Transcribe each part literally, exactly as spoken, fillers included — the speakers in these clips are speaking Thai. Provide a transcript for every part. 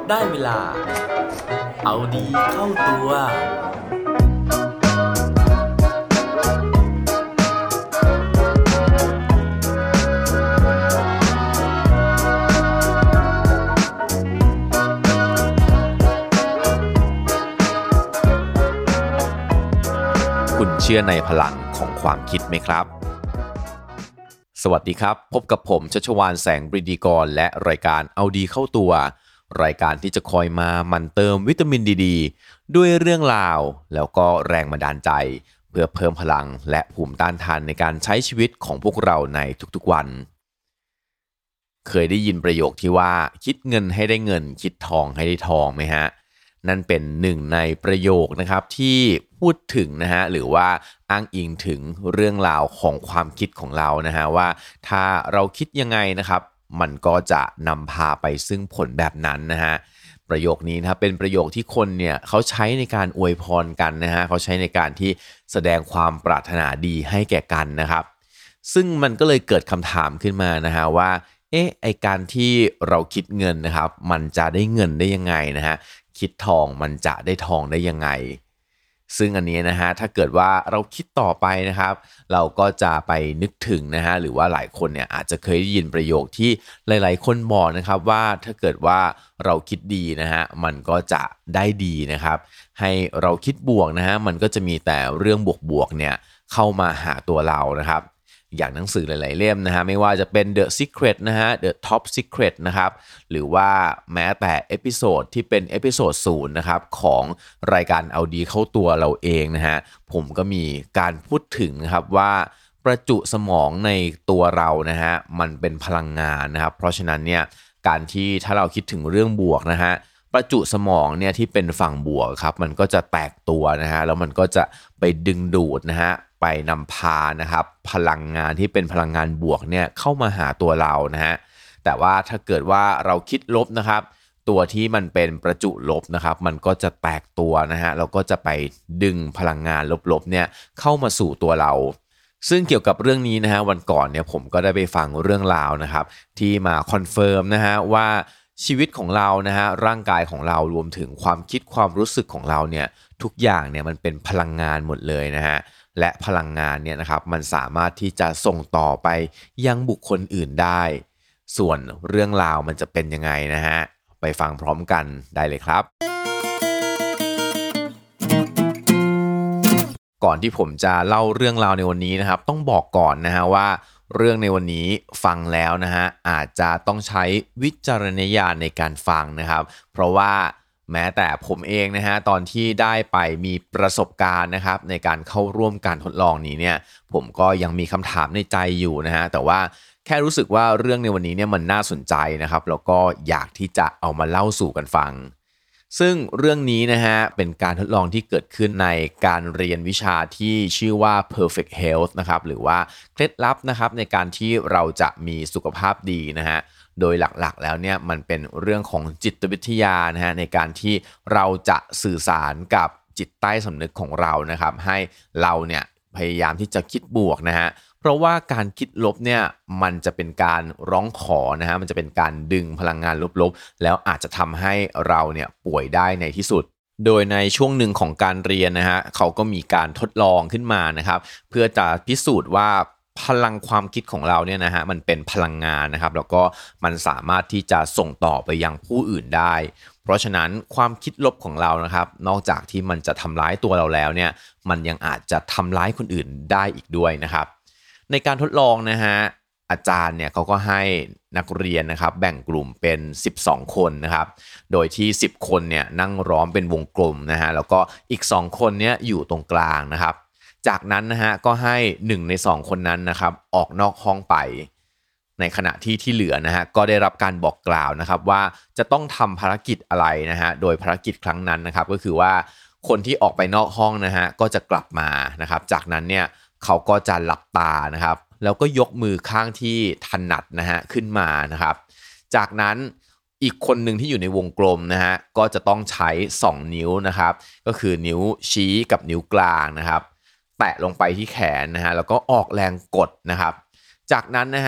ได้เวลาเอาดีเข้าตัวคุณเชื่อในพลังของความคิดไหมครับสวัสดีครับพบกับผมชัชวาลแสงปรีดีกรและรายการเอาดีเข้าตัวรายการที่จะคอยมาหมั่นเติมวิตามินดีดีด้วยเรื่องราวแล้วก็แรงบันดาลใจเพื่อเพิ่มพลังและภูมิต้านทานในการใช้ชีวิตของพวกเราในทุกๆวันเคยได้ยินประโยคที่ว่าคิดเงินให้ได้เงินคิดทองให้ได้ทองไหมฮะนั่นเป็นหนึ่งในประโยคนะครับที่พูดถึงนะฮะหรือว่าอ้างอิงถึงเรื่องราวของความคิดของเรานะฮะว่าถ้าเราคิดยังไงนะครับมันก็จะนำพาไปซึ่งผลแบบนั้นนะฮะประโยคนี้นะครับเป็นประโยคที่คนเนี่ยเขาใช้ในการอวยพรกันนะฮะเขาใช้ในการที่แสดงความปรารถนาดีให้แก่กันนะครับซึ่งมันก็เลยเกิดคำถามขึ้นมานะฮะว่าเอ๊ะไอการที่เราคิดเงินนะครับมันจะได้เงินได้ยังไงนะฮะคิดทองมันจะได้ทองได้ยังไงซึ่งอันนี้นะฮะถ้าเกิดว่าเราคิดต่อไปนะครับเราก็จะไปนึกถึงนะฮะหรือว่าหลายคนเนี่ยอาจจะเคยได้ยินประโยคที่หลายๆคนบอกนะครับว่าถ้าเกิดว่าเราคิดดีนะฮะมันก็จะได้ดีนะครับให้เราคิดบวกนะฮะมันก็จะมีแต่เรื่องบวกๆเนี่ยเข้ามาหาตัวเรานะครับอย่างหนังสือหลายๆเล่มนะฮะไม่ว่าจะเป็น The Secret นะฮะ The Top Secret นะครับหรือว่าแม้แต่เอพิโซดที่เป็นเอพิโซดศูนย์นะครับของรายการเอาดีเข้าตัวเราเองนะฮะผมก็มีการพูดถึงนะครับว่าประจุสมองในตัวเรานะฮะมันเป็นพลังงานนะครับเพราะฉะนั้นเนี่ยการที่ถ้าเราคิดถึงเรื่องบวกนะฮะประจุสมองเนี่ยที่เป็นฝั่งบวกครับมันก็จะแตกตัวนะฮะแล้วมันก็จะไปดึงดูดนะฮะไปนำพานะครับพลังงานที่เป็นพลังงานบวกเนี่ยเข้ามาหาตัวเรานะฮะแต่ว่าถ้าเกิดว่าเราคิดลบนะครับตัวที่มันเป็นประจุลบนะครับมันก็จะแตกตัวนะฮะแล้วก็จะไปดึงพลังงานลบๆเนี่ยเข้ามาสู่ตัวเราซึ่งเกี่ยวกับเรื่องนี้นะฮะวันก่อนเนี่ยผมก็ได้ไปฟังเรื่องราวนะครับที่มาคอนเฟิร์มนะฮะว่าชีวิตของเรานะฮะร่างกายของเรารวมถึงความคิดความรู้สึกของเราเนี่ยทุกอย่างเนี่ยมันเป็นพลังงานหมดเลยนะฮะและพลังงานเนี่ยนะครับมันสามารถที่จะส่งต่อไปยังบุคคลอื่นได้ส่วนเรื่องราวมันจะเป็นยังไงนะฮะไปฟังพร้อมกันได้เลยครับก่อนที่ผมจะเล่าเรื่องราวในวันนี้นะครับต้องบอกก่อนนะฮะว่าเรื่องในวันนี้ฟังแล้วนะฮะอาจจะต้องใช้วิจารณญาณในการฟังนะครับเพราะว่าแม้แต่ผมเองนะฮะตอนที่ได้ไปมีประสบการณ์นะครับในการเข้าร่วมการทดลองนี้เนี่ยผมก็ยังมีคำถามในใจอยู่นะฮะแต่ว่าแค่รู้สึกว่าเรื่องในวันนี้เนี่ยมันน่าสนใจนะครับแล้วก็อยากที่จะเอามาเล่าสู่กันฟังซึ่งเรื่องนี้นะฮะเป็นการทดลองที่เกิดขึ้นในการเรียนวิชาที่ชื่อว่า Perfect Health นะครับหรือว่าเคล็ดลับนะครับในการที่เราจะมีสุขภาพดีนะฮะโดยหลักๆแล้วเนี่ยมันเป็นเรื่องของจิตวิทยานะฮะในการที่เราจะสื่อสารกับจิตใต้สำนึกของเรานะครับให้เราเนี่ยพยายามที่จะคิดบวกนะฮะเพราะว่าการคิดลบเนี่ยมันจะเป็นการร้องขอนะฮะมันจะเป็นการดึงพลังงานลบๆแล้วอาจจะทำให้เราเนี่ยป่วยได้ในที่สุดโดยในช่วงหนึ่งของการเรียนนะฮะเขาก็มีการทดลองขึ้นมานะครับเพื่อจะพิสูจน์ว่าพลังความคิดของเราเนี่ยนะฮะมันเป็นพลังงานนะครับแล้วก็มันสามารถที่จะส่งต่อไปยังผู้อื่นได้เพราะฉะนั้นความคิดลบของเรานะครับนอกจากที่มันจะทำร้ายตัวเราแล้วเนี่ยมันยังอาจจะทำร้ายคนอื่นได้อีกด้วยนะครับในการทดลองนะฮะอาจารย์เนี่ยเขาก็ให้นักเรียนนะครับแบ่งกลุ่มเป็นสิบสองคนนะครับโดยที่สิบคนเนี่ยนั่งล้อมเป็นวงกลมนะฮะแล้วก็อีกสองคนเนี่ยอยู่ตรงกลางนะครับจากนั้นนะฮะก็ให้หนึ่งในสองคนนั้นนะครับออกนอกห้องไปในขณะที่ที่เหลือนะฮะก็ได้รับการบอกกล่าวนะครับว่าจะต้องทำภารกิจอะไรนะฮะโดยภารกิจครั้งนั้นนะครับก็คือว่าคนที่ออกไปนอกห้องนะฮะก็จะกลับมานะครับจากนั้นเนี่ยเขาก็จะหลับตานะครับแล้วก็ยกมือข้างที่ถนัดนะฮะขึ้นมานะครับจากนั้นอีกคนหนึ่งที่อยู่ในวงกลมนะฮะก็จะต้องใช้สองนิ้วนะครับก็คือนิ้วชี้กับนิ้วกลางนะครับแตะลงไปที่แขนนะฮะแล้วก็ออกแรงกดนะครับจากนั้นนะฮะ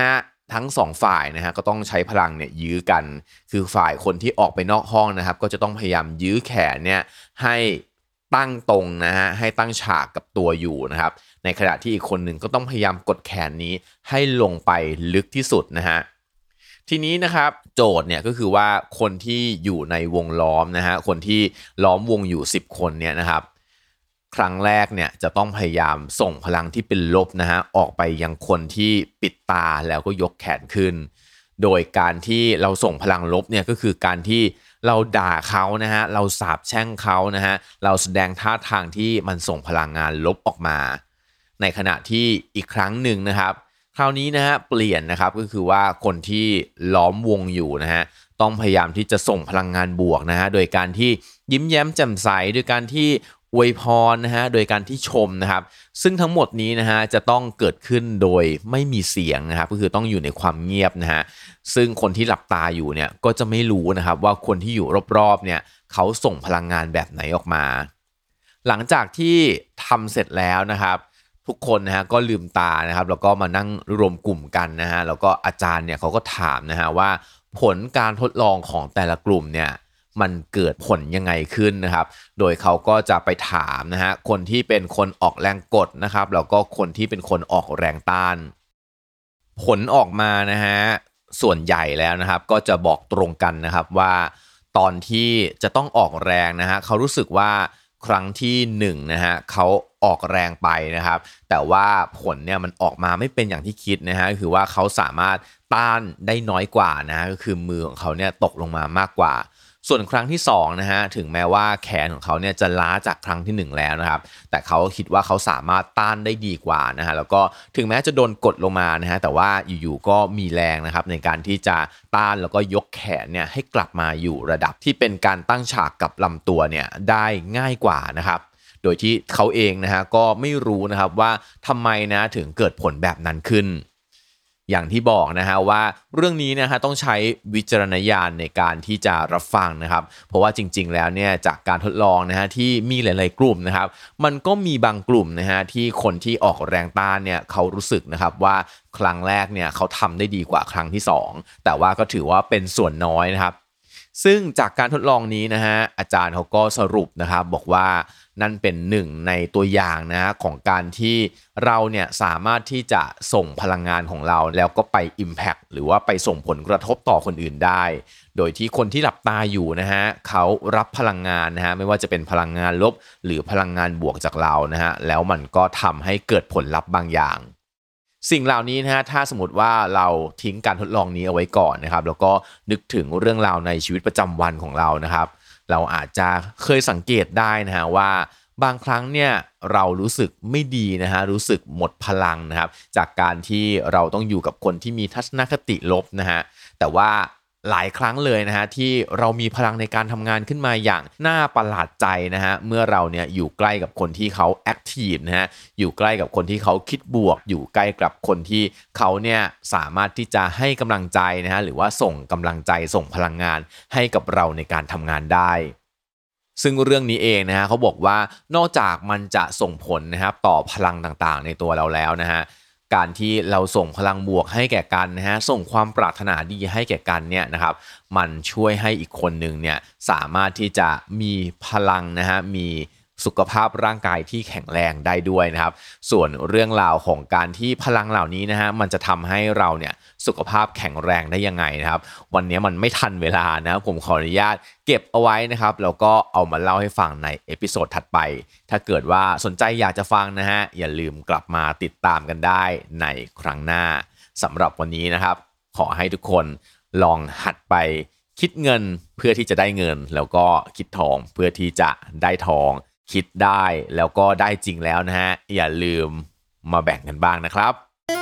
ทั้งสองฝ่ายนะฮะก็ต้องใช้พลังเนี่ยยื้อกันคือฝ่ายคนที่ออกไปนอกห้องนะครับก็จะต้องพยายามยื้อแขนเนี่ยให้ตั้งตรงนะฮะให้ตั้งฉากกับตัวอยู่นะครับในขณะที่อีกคนหนึ่งก็ต้องพยายามกดแขนนี้ให้ลงไปลึกที่สุดนะฮะทีนี้นะครับโจทย์เนี่ยก็คือว่าคนที่อยู่ในวงล้อมนะฮะคนที่ล้อมวงอยู่สิบคนเนี่ยนะครับครั้งแรกเนี่ยจะต้องพยายามส่งพลังที่เป็นลบนะฮะออกไปยังคนที่ปิดตาแล้วก็ยกแขนขึ้นโดยการที่เราส่งพลังลบเนี่ยก็คือการที่เราด่าเขานะฮะเราสาปแช่งเขานะฮะเราแสดงท่าทางที่มันส่งพลังงานลบออกมาในขณะที่อีกครั้งหนึ่งนะครับคราวนี้นะฮะเปลี่ยนนะครับก็คือว่าคนที่ล้อมวงอยู่นะฮะต้องพยายามที่จะส่งพลังงานบวกนะฮะโดยการที่ยิ้มแย้มแจ่มใสโดยการที่อวยพรนะฮะโดยการที่ชมนะครับซึ่งทั้งหมดนี้นะฮะจะต้องเกิดขึ้นโดยไม่มีเสียงนะครับก็คือต้องอยู่ในความเงียบนะฮะซึ่งคนที่หลับตาอยู่เนี่ยก็จะไม่รู้นะครับว่าคนที่อยู่รอบๆเนี่ยเขาส่งพลังงานแบบไหนออกมาหลังจากที่ทำเสร็จแล้วนะครับทุกคนนะฮะก็ลืมตานะครับแล้วก็มานั่งรวมกลุ่มกันนะฮะแล้วก็อาจารย์เนี่ยเขาก็ถามนะฮะว่าผลการทดลองของแต่ละกลุ่มเนี่ยมันเกิดผลยังไงขึ้นนะครับโดยเขาก็จะไปถามนะฮะคนที่เป็นคนออกแรงกดนะครับแล้วก็คนที่เป็นคนออกแรงต้านผลออกมานะฮะส่วนใหญ่แล้วนะครับก็จะบอกตรงกันนะครับว่าตอนที่จะต้องออกแรงนะฮะเขารู้สึกว่าครั้งที่หนึ่งนะฮะเขาออกแรงไปนะครับแต่ว่าผลเนี่ยมันออกมาไม่เป็นอย่างที่คิดนะฮะคือว่าเขาสามารถต้านได้น้อยกว่านะฮะก็คือมือของเขาเนี่ยตกลงมามากกว่าส่วนครั้งที่สองนะฮะถึงแม้ว่าแขนของเขาเนี่ยจะล้าจากครั้งที่หนึ่งแล้วนะครับแต่เขาคิดว่าเขาสามารถต้านได้ดีกว่านะฮะแล้วก็ถึงแม้จะโดนกดลงมานะฮะแต่ว่าอยู่ๆก็มีแรงนะครับในการที่จะต้านแล้วก็ยกแขนเนี่ยให้กลับมาอยู่ระดับที่เป็นการตั้งฉากกับลำตัวเนี่ยได้ง่ายกว่านะครับโดยที่เขาเองนะฮะก็ไม่รู้นะครับว่าทำไมนะถึงเกิดผลแบบนั้นขึ้นอย่างที่บอกนะฮะว่าเรื่องนี้นะฮะต้องใช้วิจารณญาณในการที่จะรับฟังนะครับเพราะว่าจริงๆแล้วเนี่ยจากการทดลองนะฮะที่มีหลายๆกลุ่มนะครับมันก็มีบางกลุ่มนะฮะที่คนที่ออกแรงต้านเนี่ยเขารู้สึกนะครับว่าครั้งแรกเนี่ยเขาทำได้ดีกว่าครั้งที่สองแต่ว่าก็ถือว่าเป็นส่วนน้อยนะครับซึ่งจากการทดลองนี้นะฮะอาจารย์เขาก็สรุปนะครับบอกว่านั่นเป็นหนึ่งในตัวอย่างนะของการที่เราเนี่ยสามารถที่จะส่งพลังงานของเราแล้วก็ไป impact หรือว่าไปส่งผลกระทบต่อคนอื่นได้โดยที่คนที่หลับตาอยู่นะฮะเขารับพลังงานนะฮะไม่ว่าจะเป็นพลังงานลบหรือพลังงานบวกจากเรานะฮะแล้วมันก็ทำให้เกิดผลลัพธ์บางอย่างสิ่งเหล่านี้นะฮะถ้าสมมติว่าเราทิ้งการทดลองนี้เอาไว้ก่อนนะครับแล้วก็นึกถึงเรื่องราวในชีวิตประจำวันของเรานะครับเราอาจจะเคยสังเกตได้นะฮะว่าบางครั้งเนี่ยเรารู้สึกไม่ดีนะฮะรู้สึกหมดพลังนะครับจากการที่เราต้องอยู่กับคนที่มีทัศนคติลบนะฮะแต่ว่าหลายครั้งเลยนะฮะที่เรามีพลังในการทำงานขึ้นมาอย่างน่าประหลาดใจนะฮะเมื่อเราเนี่ยอยู่ใกล้กับคนที่เขาแอคทีฟนะฮะอยู่ใกล้กับคนที่เขาคิดบวกอยู่ใกล้กับคนที่เขาเนี่ยสามารถที่จะให้กำลังใจนะฮะหรือว่าส่งกำลังใจส่งพลังงานให้กับเราในการทำงานได้ซึ่งเรื่องนี้เองนะฮะเขาบอกว่านอกจากมันจะส่งผลนะครับต่อพลังต่างๆในตัวเราแล้วนะฮะการที่เราส่งพลังบวกให้แก่กันนะฮะส่งความปรารถนาดีให้แก่กันเนี่ยนะครับมันช่วยให้อีกคนหนึ่งเนี่ยสามารถที่จะมีพลังนะฮะมีสุขภาพร่างกายที่แข็งแรงได้ด้วยนะครับส่วนเรื่องราวของการที่พลังเหล่านี้นะฮะมันจะทำให้เราเนี่ยสุขภาพแข็งแรงได้ยังไงนะครับวันนี้มันไม่ทันเวลานะผมขออนุญาตเก็บเอาไว้นะครับแล้วก็เอามาเล่าให้ฟังในเอพิโซดถัดไปถ้าเกิดว่าสนใจอยากจะฟังนะฮะอย่าลืมกลับมาติดตามกันได้ในครั้งหน้าสำหรับวันนี้นะครับขอให้ทุกคนลองหัดไปคิดเงินเพื่อที่จะได้เงินแล้วก็คิดทองเพื่อที่จะได้ทองคิดได้แล้วก็ได้จริงแล้วนะฮะอย่าลืมมาแบ่งกันบ้างนะครับ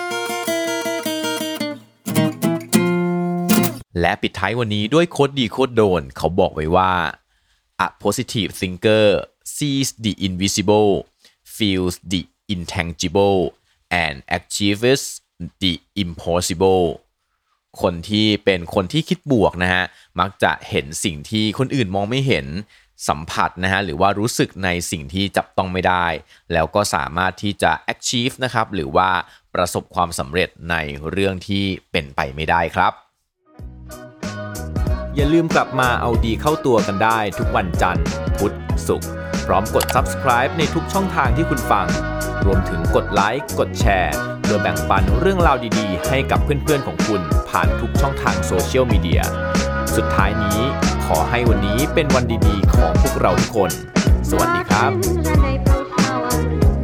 และปิดท้ายวันนี้ด้วยโค้ดดีโค้ดโดนเขาบอกไว้ว่า A positive thinker sees the invisible feels the intangible and achieves the impossible คนที่เป็นคนที่คิดบวกนะฮะมักจะเห็นสิ่งที่คนอื่นมองไม่เห็นสัมผัสนะฮะหรือว่ารู้สึกในสิ่งที่จับต้องไม่ได้แล้วก็สามารถที่จะ achieve นะครับหรือว่าประสบความสำเร็จในเรื่องที่เป็นไปไม่ได้ครับอย่าลืมกลับมาเอาดีเข้าตัวกันได้ทุกวันจันทร์พุธศุกร์พร้อมกด Subscribe ในทุกช่องทางที่คุณฟังรวมถึงกดไลค์กดแชร์เพื่อแบ่งปันเรื่องราวดีๆให้กับเพื่อนๆของคุณผ่านทุกช่องทางโซเชียลมีเดียสุดท้ายนี้ขอให้วันนี้เป็นวันดีๆของพวกเราทุกคนสวัสดีครับ